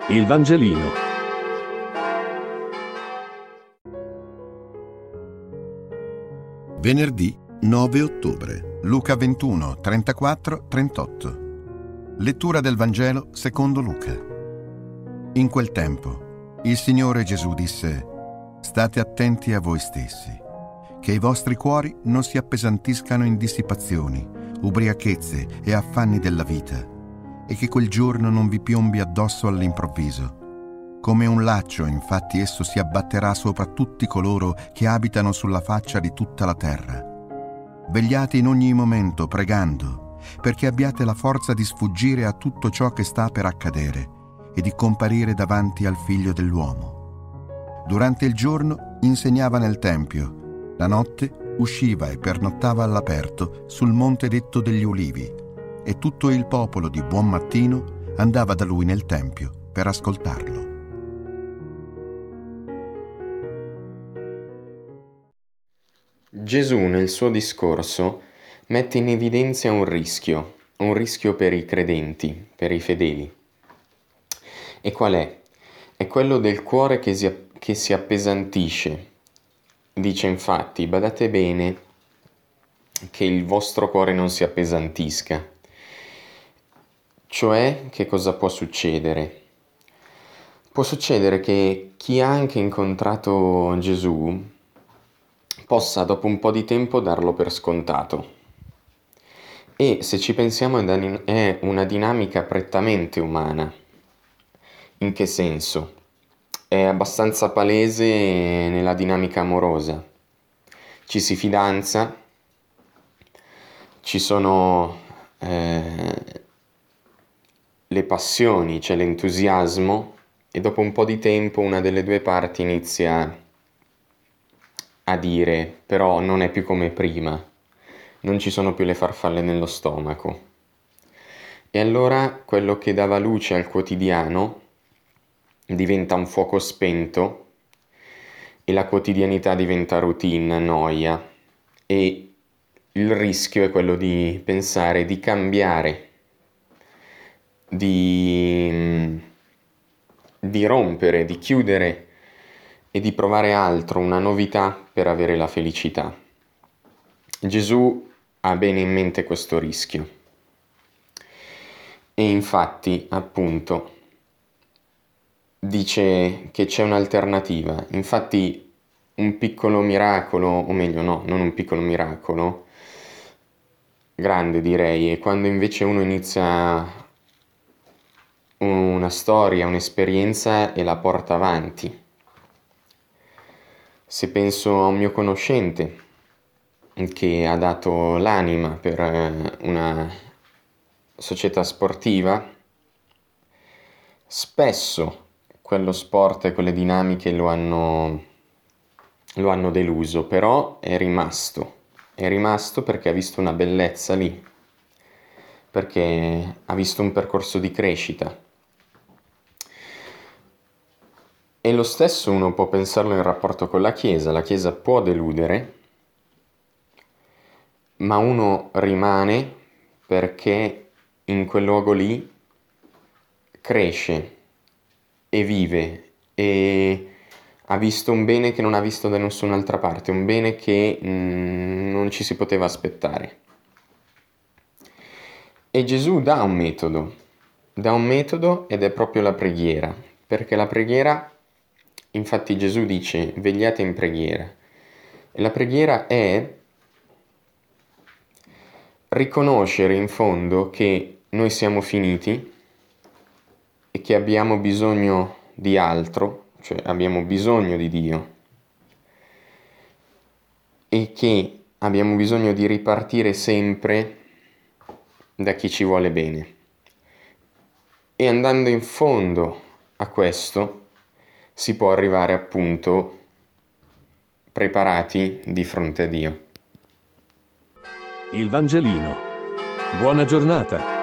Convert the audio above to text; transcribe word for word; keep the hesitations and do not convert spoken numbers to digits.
Il Vangelino. Venerdì nove ottobre. Luca ventuno, trentaquattro, trentotto. Lettura del Vangelo secondo Luca. In quel tempo, il Signore Gesù disse: «State attenti a voi stessi, che i vostri cuori non si appesantiscano in dissipazioni, ubriachezze e affanni della vita, e che quel giorno non vi piombi addosso all'improvviso. Come un laccio, infatti, esso si abbatterà sopra tutti coloro che abitano sulla faccia di tutta la terra. Vegliate in ogni momento, pregando, perché abbiate la forza di sfuggire a tutto ciò che sta per accadere e di comparire davanti al Figlio dell'uomo. Durante il giorno insegnava nel Tempio, la notte usciva e pernottava all'aperto sul monte detto degli Ulivi, e tutto il popolo di buon mattino andava da lui nel Tempio per ascoltarlo». Gesù nel suo discorso mette in evidenza un rischio, un rischio per i credenti, per i fedeli. E qual è? È quello del cuore che si, che si appesantisce. Dice infatti: badate bene che il vostro cuore non si appesantisca. Cioè, che cosa può succedere? Può succedere che chi ha anche incontrato Gesù possa dopo un po' di tempo darlo per scontato. E se ci pensiamo è una dinamica prettamente umana. In che senso? È abbastanza palese nella dinamica amorosa. Ci si fidanza, ci sono eh, le passioni, c'è l'entusiasmo, e dopo un po' di tempo una delle due parti inizia a dire: però non è più come prima, non ci sono più le farfalle nello stomaco. E allora quello che dava luce al quotidiano diventa un fuoco spento e la quotidianità diventa routine, noia, e il rischio è quello di pensare di cambiare, di, di rompere, di chiudere e di provare altro, una novità per avere la felicità. Gesù ha bene in mente questo rischio. E infatti, appunto, dice che c'è un'alternativa. Infatti, un piccolo miracolo, o meglio no, non un piccolo miracolo, grande direi, è quando invece uno inizia una storia, un'esperienza e la porta avanti. Se penso a un mio conoscente che ha dato l'anima per una società sportiva, spesso quello sport e quelle dinamiche lo hanno, lo hanno deluso, però è rimasto, è rimasto perché ha visto una bellezza lì, perché ha visto un percorso di crescita. E lo stesso uno può pensarlo in rapporto con la Chiesa. La Chiesa può deludere, ma uno rimane perché in quel luogo lì cresce e vive e ha visto un bene che non ha visto da nessun'altra parte, un bene che mh, non ci si poteva aspettare. E Gesù dà un metodo, dà un metodo ed è proprio la preghiera, perché la preghiera, infatti Gesù dice: vegliate in preghiera. E la preghiera è riconoscere in fondo che noi siamo finiti e che abbiamo bisogno di altro, cioè abbiamo bisogno di Dio, e che abbiamo bisogno di ripartire sempre da chi ci vuole bene. E andando in fondo a questo si può arrivare appunto preparati di fronte a Dio. Il Vangelino. Buona giornata.